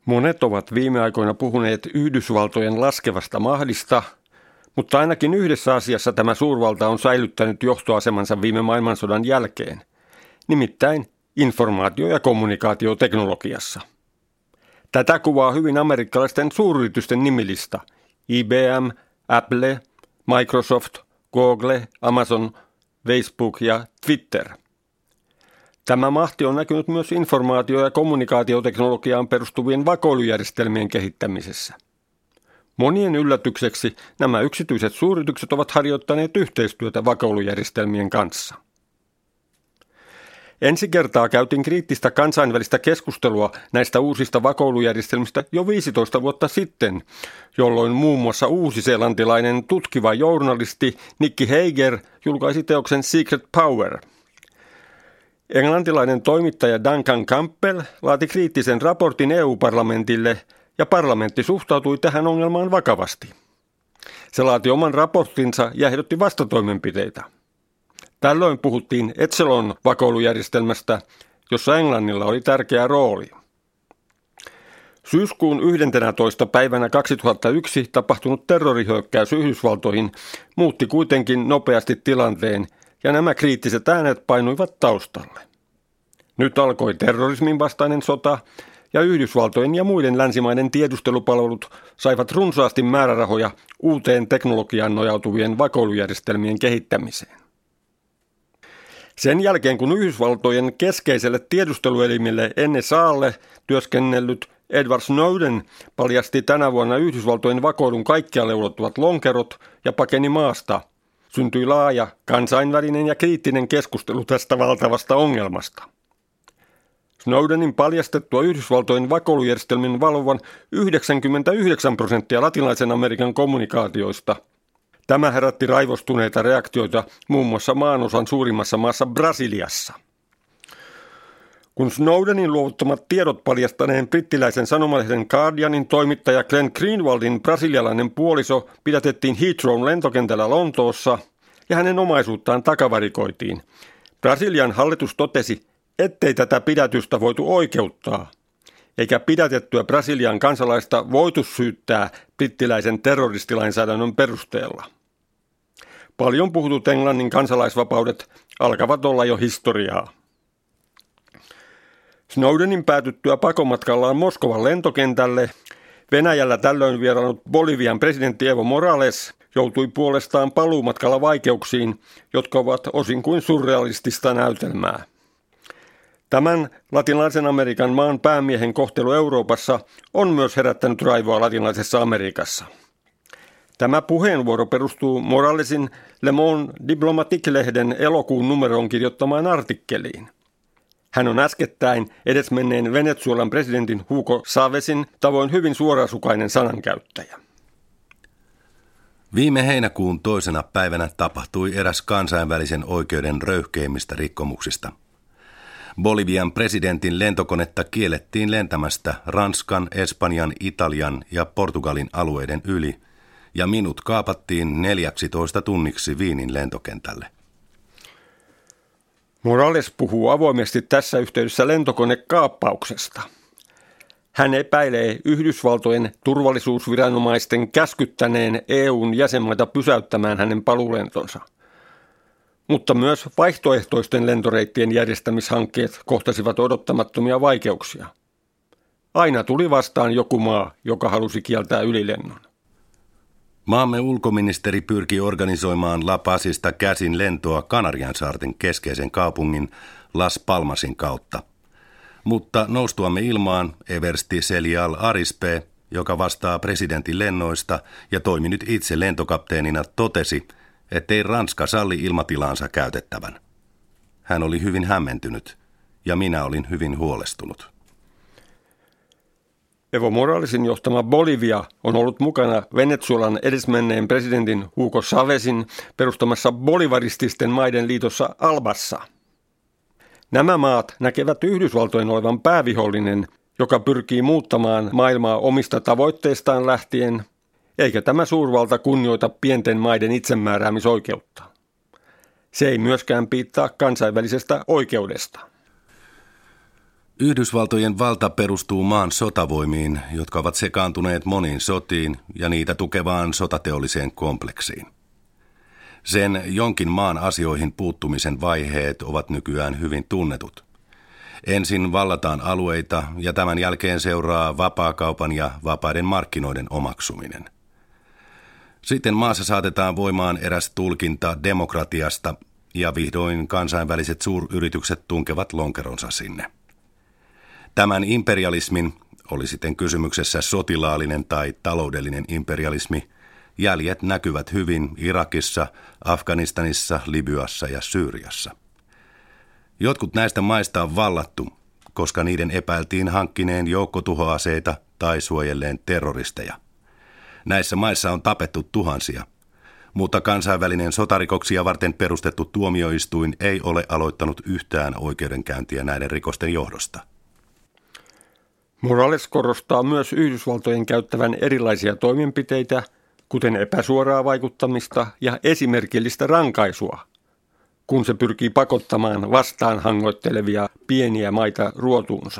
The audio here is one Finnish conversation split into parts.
Monet ovat viime aikoina puhuneet Yhdysvaltojen laskevasta mahdista, mutta ainakin yhdessä asiassa tämä suurvalta on säilyttänyt johtoasemansa viime maailmansodan jälkeen, nimittäin informaatio- ja kommunikaatioteknologiassa. Tätä kuvaa hyvin amerikkalaisten suuryritysten nimilista: IBM, Apple, Microsoft, Google, Amazon, Facebook ja Twitter. Tämä mahti on näkynyt myös informaatio- ja kommunikaatioteknologiaan perustuvien vakoilujärjestelmien kehittämisessä. Monien yllätykseksi nämä yksityiset suuryritykset ovat harjoittaneet yhteistyötä vakoilujärjestelmien kanssa. Ensi kertaa käytiin kriittistä kansainvälistä keskustelua näistä uusista vakoilujärjestelmistä jo 15 vuotta sitten, jolloin muun muassa uusiseelantilainen tutkiva journalisti Nikki Hager julkaisi teoksen Secret Power. Englantilainen toimittaja Duncan Campbell laati kriittisen raportin EU-parlamentille ja parlamentti suhtautui tähän ongelmaan vakavasti. Se laati oman raporttinsa ja ehdotti vastatoimenpiteitä. Tällöin puhuttiin Echelon-vakoilujärjestelmästä, jossa Englannilla oli tärkeä rooli. Syyskuun 11. päivänä 2001 tapahtunut terrorihyökkäys Yhdysvaltoihin muutti kuitenkin nopeasti tilanteen, ja nämä kriittiset äänet painuivat taustalle. Nyt alkoi terrorismin vastainen sota, ja Yhdysvaltojen ja muiden länsimaiden tiedustelupalvelut saivat runsaasti määrärahoja uuteen teknologiaan nojautuvien vakoilujärjestelmien kehittämiseen. Sen jälkeen, kun Yhdysvaltojen keskeiselle tiedusteluelimille NSA:lle työskennellyt Edward Snowden paljasti tänä vuonna Yhdysvaltojen vakoilun kaikkialle ulottuvat lonkerot ja pakeni maasta, syntyi laaja kansainvälinen ja kriittinen keskustelu tästä valtavasta ongelmasta. Snowdenin paljastettua Yhdysvaltojen vakoilujärjestelmien valvovan 99% latinalaisen Amerikan kommunikaatioista. Tämä herätti raivostuneita reaktioita muun muassa maanosan suurimmassa maassa Brasiliassa. Kun Snowdenin luovuttamat tiedot paljastaneen brittiläisen sanomalehden Guardianin toimittaja Glenn Greenwaldin brasilialainen puoliso pidätettiin Heathrown lentokentällä Lontoossa ja hänen omaisuuttaan takavarikoitiin, Brasilian hallitus totesi, ettei tätä pidätystä voitu oikeuttaa, eikä pidätettyä Brasilian kansalaista voitu syyttää brittiläisen terroristilainsäädännön perusteella. Paljon puhutut Englannin kansalaisvapaudet alkavat olla jo historiaa. Snowdenin päätyttyä pakomatkallaan Moskovan lentokentälle Venäjällä tällöin vieraillut Bolivian presidentti Evo Morales joutui puolestaan paluumatkalla vaikeuksiin, jotka ovat osin kuin surrealistista näytelmää. Tämän latinalaisen Amerikan maan päämiehen kohtelu Euroopassa on myös herättänyt raivoa latinalaisessa Amerikassa. Tämä puheenvuoro perustuu Moralesin Le Monde Diplomatique-lehden elokuun numeroon kirjoittamaan artikkeliin. Hän on äskettäin edesmenneen Venezuelan presidentin Hugo Chávezin tavoin hyvin suorasukainen sanankäyttäjä. Viime heinäkuun toisena päivänä tapahtui eräs kansainvälisen oikeuden röyhkeimmistä rikkomuksista. Bolivian presidentin lentokonetta kiellettiin lentämästä Ranskan, Espanjan, Italian ja Portugalin alueiden yli, ja minut kaapattiin 14 tunniksi Wienin lentokentälle. Morales puhuu avoimesti tässä yhteydessä lentokonekaappauksesta. Hän epäilee Yhdysvaltojen turvallisuusviranomaisten käskyttäneen EUn jäsenmaita pysäyttämään hänen paluulentonsa. Mutta myös vaihtoehtoisten lentoreittien järjestämishankkeet kohtasivat odottamattomia vaikeuksia. Aina tuli vastaan joku maa, joka halusi kieltää ylilennon. Maamme ulkoministeri pyrki organisoimaan La Pazista käsin lentoa Kanariansaarten keskeisen kaupungin Las Palmasin kautta. Mutta noustuamme ilmaan eversti Celial Arispe, joka vastaa presidentin lennoista ja toimi nyt itse lentokapteenina, totesi, ettei Ranska salli ilmatilaansa käytettävän. Hän oli hyvin hämmentynyt ja minä olin hyvin huolestunut. Evo Moralesin johtama Bolivia on ollut mukana Venezuelan edesmenneen presidentin Hugo Chávezin perustamassa bolivarististen maiden liitossa Albassa. Nämä maat näkevät Yhdysvaltojen olevan päävihollinen, joka pyrkii muuttamaan maailmaa omista tavoitteistaan lähtien, eikä tämä suurvalta kunnioita pienten maiden itsemääräämisoikeutta. Se ei myöskään piittaa kansainvälisestä oikeudesta. Yhdysvaltojen valta perustuu maan sotavoimiin, jotka ovat sekaantuneet moniin sotiin ja niitä tukevaan sotateolliseen kompleksiin. Sen jonkin maan asioihin puuttumisen vaiheet ovat nykyään hyvin tunnetut. Ensin vallataan alueita ja tämän jälkeen seuraa vapaakaupan ja vapaiden markkinoiden omaksuminen. Sitten maassa saatetaan voimaan eräs tulkinta demokratiasta ja vihdoin kansainväliset suuryritykset tunkevat lonkeronsa sinne. Tämän imperialismin, oli sitten kysymyksessä sotilaallinen tai taloudellinen imperialismi, jäljet näkyvät hyvin Irakissa, Afganistanissa, Libyassa ja Syyriassa. Jotkut näistä maista on vallattu, koska niiden epäiltiin hankkineen joukkotuhoaseita tai suojelleen terroristeja. Näissä maissa on tapettu tuhansia, mutta kansainvälinen sotarikoksia varten perustettu tuomioistuin ei ole aloittanut yhtään oikeudenkäyntiä näiden rikosten johdosta. Morales korostaa myös Yhdysvaltojen käyttävän erilaisia toimenpiteitä, kuten epäsuoraa vaikuttamista ja esimerkillistä rankaisua, kun se pyrkii pakottamaan vastaanhangoittelevia pieniä maita ruotuunsa.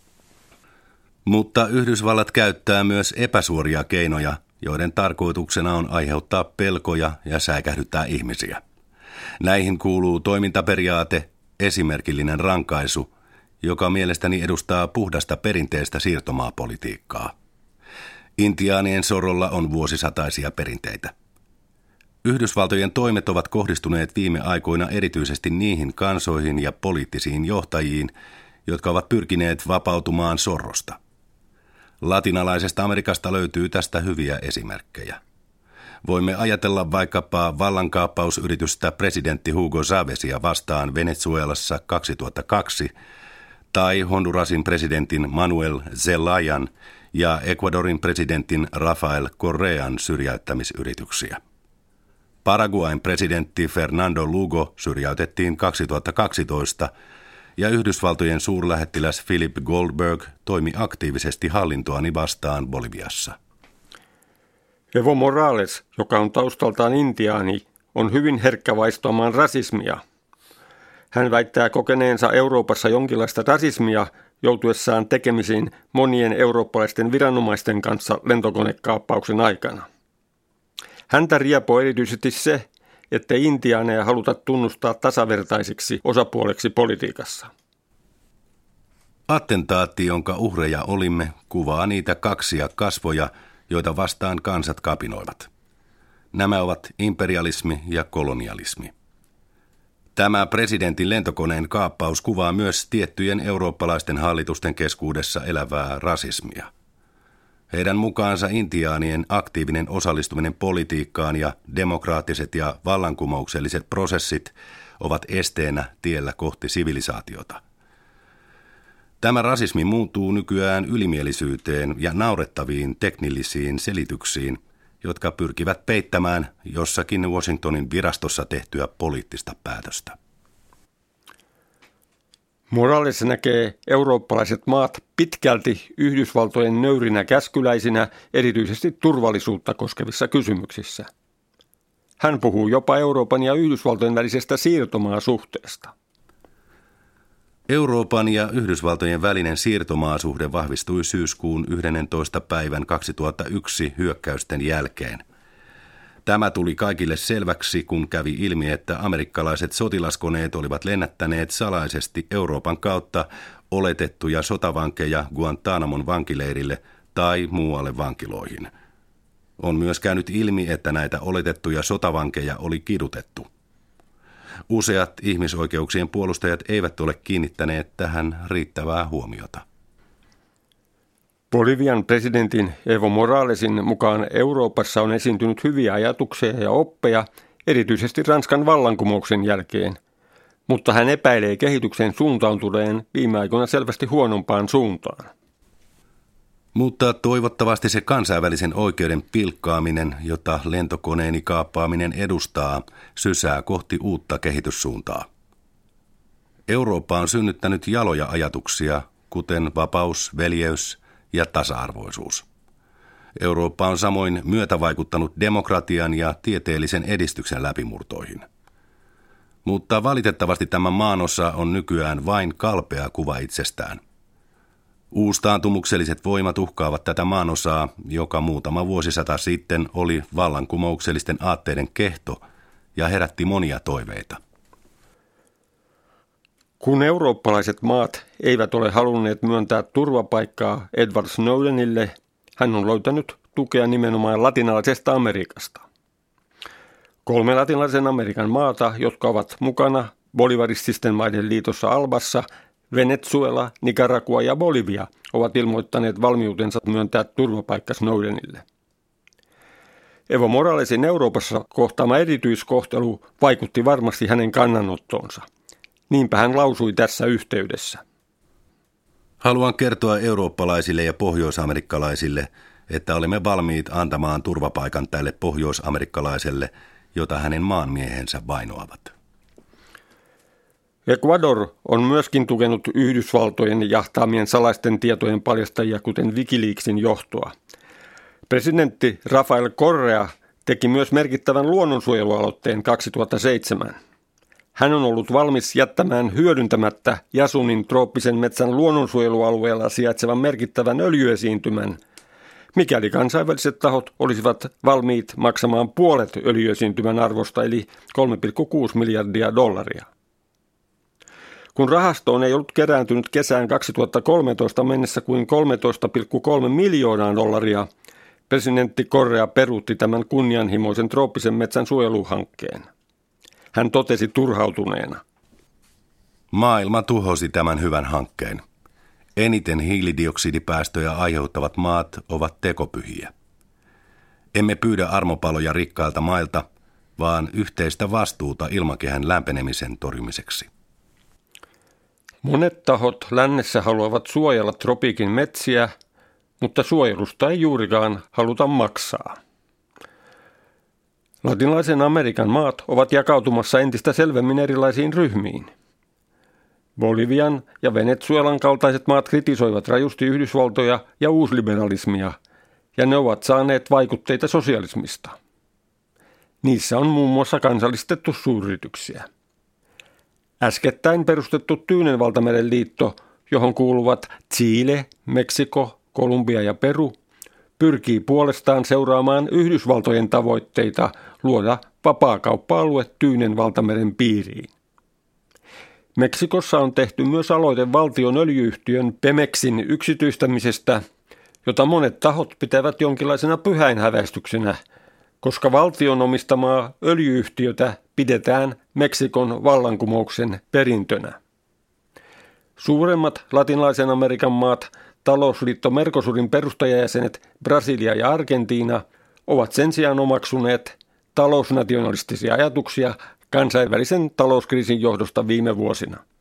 Mutta Yhdysvallat käyttää myös epäsuoria keinoja, joiden tarkoituksena on aiheuttaa pelkoja ja säikähdyttää ihmisiä. Näihin kuuluu toimintaperiaate, esimerkillinen rankaisu, joka mielestäni edustaa puhdasta perinteistä siirtomaapolitiikkaa. Intiaanien sorrolla on vuosisataisia perinteitä. Yhdysvaltojen toimet ovat kohdistuneet viime aikoina erityisesti niihin kansoihin ja poliittisiin johtajiin, jotka ovat pyrkineet vapautumaan sorrosta. Latinalaisesta Amerikasta löytyy tästä hyviä esimerkkejä. Voimme ajatella vaikkapa vallankaappausyritystä presidentti Hugo Chávezia vastaan Venezuelassa 2002 tai Hondurasin presidentin Manuel Zelayan ja Ecuadorin presidentin Rafael Correan syrjäyttämisyrityksiä. Paraguayn presidentti Fernando Lugo syrjäytettiin 2012 ja Yhdysvaltojen suurlähettiläs Philip Goldberg toimi aktiivisesti hallintoani vastaan Boliviassa. Evo Morales, joka on taustaltaan intiaani, on hyvin herkkä vaistoamaan rasismia. Hän väittää kokeneensa Euroopassa jonkinlaista rasismia joutuessaan tekemisiin monien eurooppalaisten viranomaisten kanssa lentokonekaappauksen aikana. Häntä riepoo erityisesti se, ettei intiaaneja haluta tunnustaa tasavertaisiksi osapuoleksi politiikassa. Attentaatti, jonka uhreja olimme, kuvaa niitä kaksia kasvoja, joita vastaan kansat kapinoivat. Nämä ovat imperialismi ja kolonialismi. Tämä presidentin lentokoneen kaappaus kuvaa myös tiettyjen eurooppalaisten hallitusten keskuudessa elävää rasismia. Heidän mukaansa intiaanien aktiivinen osallistuminen politiikkaan ja demokraattiset ja vallankumoukselliset prosessit ovat esteenä tiellä kohti sivilisaatiota. Tämä rasismi muuttuu nykyään ylimielisyyteen ja naurettaviin teknillisiin selityksiin, jotka pyrkivät peittämään jossakin Washingtonin virastossa tehtyä poliittista päätöstä. Morales näkee eurooppalaiset maat pitkälti Yhdysvaltojen nöyrinä käskyläisinä, erityisesti turvallisuutta koskevissa kysymyksissä. Hän puhuu jopa Euroopan ja Yhdysvaltojen välisestä siirtomaasuhteesta. Euroopan ja Yhdysvaltojen välinen siirtomaasuhde vahvistui syyskuun 11. päivän 2001 hyökkäysten jälkeen. Tämä tuli kaikille selväksi, kun kävi ilmi, että amerikkalaiset sotilaskoneet olivat lennättäneet salaisesti Euroopan kautta oletettuja sotavankeja Guantanamon vankileirille tai muualle vankiloihin. On myös käynyt ilmi, että näitä oletettuja sotavankeja oli kidutettu. Useat ihmisoikeuksien puolustajat eivät ole kiinnittäneet tähän riittävää huomiota. Bolivian presidentin Evo Moralesin mukaan Euroopassa on esiintynyt hyviä ajatuksia ja oppeja, erityisesti Ranskan vallankumouksen jälkeen, mutta hän epäilee kehityksen suuntautuneen viime aikoina selvästi huonompaan suuntaan. Mutta toivottavasti se kansainvälisen oikeuden pilkkaaminen, jota lentokoneeni kaappaaminen edustaa, sysää kohti uutta kehityssuuntaa. Eurooppa on synnyttänyt jaloja ajatuksia, kuten vapaus, veljeys ja tasa-arvoisuus. Eurooppa on samoin myötävaikuttanut demokratian ja tieteellisen edistyksen läpimurtoihin. Mutta valitettavasti tämä maanosa on nykyään vain kalpea kuva itsestään. Uustaantumukselliset voimat uhkaavat tätä maanosaa, joka muutama vuosisata sitten oli vallankumouksellisten aatteiden kehto ja herätti monia toiveita. Kun eurooppalaiset maat eivät ole halunneet myöntää turvapaikkaa Edward Snowdenille, hän on löytänyt tukea nimenomaan latinalaisesta Amerikasta. 3 latinalaisen Amerikan maata, jotka ovat mukana bolivarististen maiden liitossa Albassa, Venezuela, Nicaragua ja Bolivia, ovat ilmoittaneet valmiutensa myöntää turvapaikka Snowdenille. Evo Moralesin Euroopassa kohtaama erityiskohtelu vaikutti varmasti hänen kannanottoonsa. Niinpä hän lausui tässä yhteydessä. Haluan kertoa eurooppalaisille ja pohjoisamerikkalaisille, että olemme valmiit antamaan turvapaikan tälle pohjoisamerikkalaiselle, jota hänen maanmiehensä vainoavat. Ecuador on myöskin tukenut Yhdysvaltojen jahtaamien salaisten tietojen paljastajia, kuten WikiLeaksin johtoa. Presidentti Rafael Correa teki myös merkittävän luonnonsuojelualoitteen 2007. Hän on ollut valmis jättämään hyödyntämättä Yasunin trooppisen metsän luonnonsuojelualueella sijaitsevan merkittävän öljyesiintymän, mikäli kansainväliset tahot olisivat valmiit maksamaan puolet öljyesiintymän arvosta eli $3,6 miljardia. Kun rahastoon ei ollut kerääntynyt kesään 2013 mennessä kuin $13,3 miljoonaa, presidentti Correa peruutti tämän kunnianhimoisen trooppisen metsän suojeluhankkeen. Hän totesi turhautuneena. Maailma tuhosi tämän hyvän hankkeen. Eniten hiilidioksidipäästöjä aiheuttavat maat ovat tekopyhiä. Emme pyydä armopaloja rikkailta mailta, vaan yhteistä vastuuta ilmakehän lämpenemisen torjumiseksi. Monet tahot lännessä haluavat suojella tropiikin metsiä, mutta suojelusta ei juurikaan haluta maksaa. Latinalaisen Amerikan maat ovat jakautumassa entistä selvemmin erilaisiin ryhmiin. Bolivian ja Venezuelan kaltaiset maat kritisoivat rajusti Yhdysvaltoja ja uusliberalismia, ja ne ovat saaneet vaikutteita sosialismista. Niissä on muun muassa kansallistettu suuryrityksiä. Äskettäin perustettu Tyynen valtameren liitto, johon kuuluvat Chile, Meksiko, Kolumbia ja Peru, pyrkii puolestaan seuraamaan Yhdysvaltojen tavoitteita luoda vapaakauppa-alue Tyynen valtameren piiriin. Meksikossa on tehty myös aloite valtion öljyyhtiön Pemexin yksityistämisestä, jota monet tahot pitävät jonkinlaisena pyhäinhäväistyksenä, koska valtion omistamaa öljyyhtiötä pidetään Meksikon vallankumouksen perintönä. Suuremmat latinalaisen Amerikan maat, talousliitto Mercosurin perustajajäsenet Brasilia ja Argentiina, ovat sen sijaan omaksuneet talousnationalistisia ajatuksia kansainvälisen talouskriisin johdosta viime vuosina.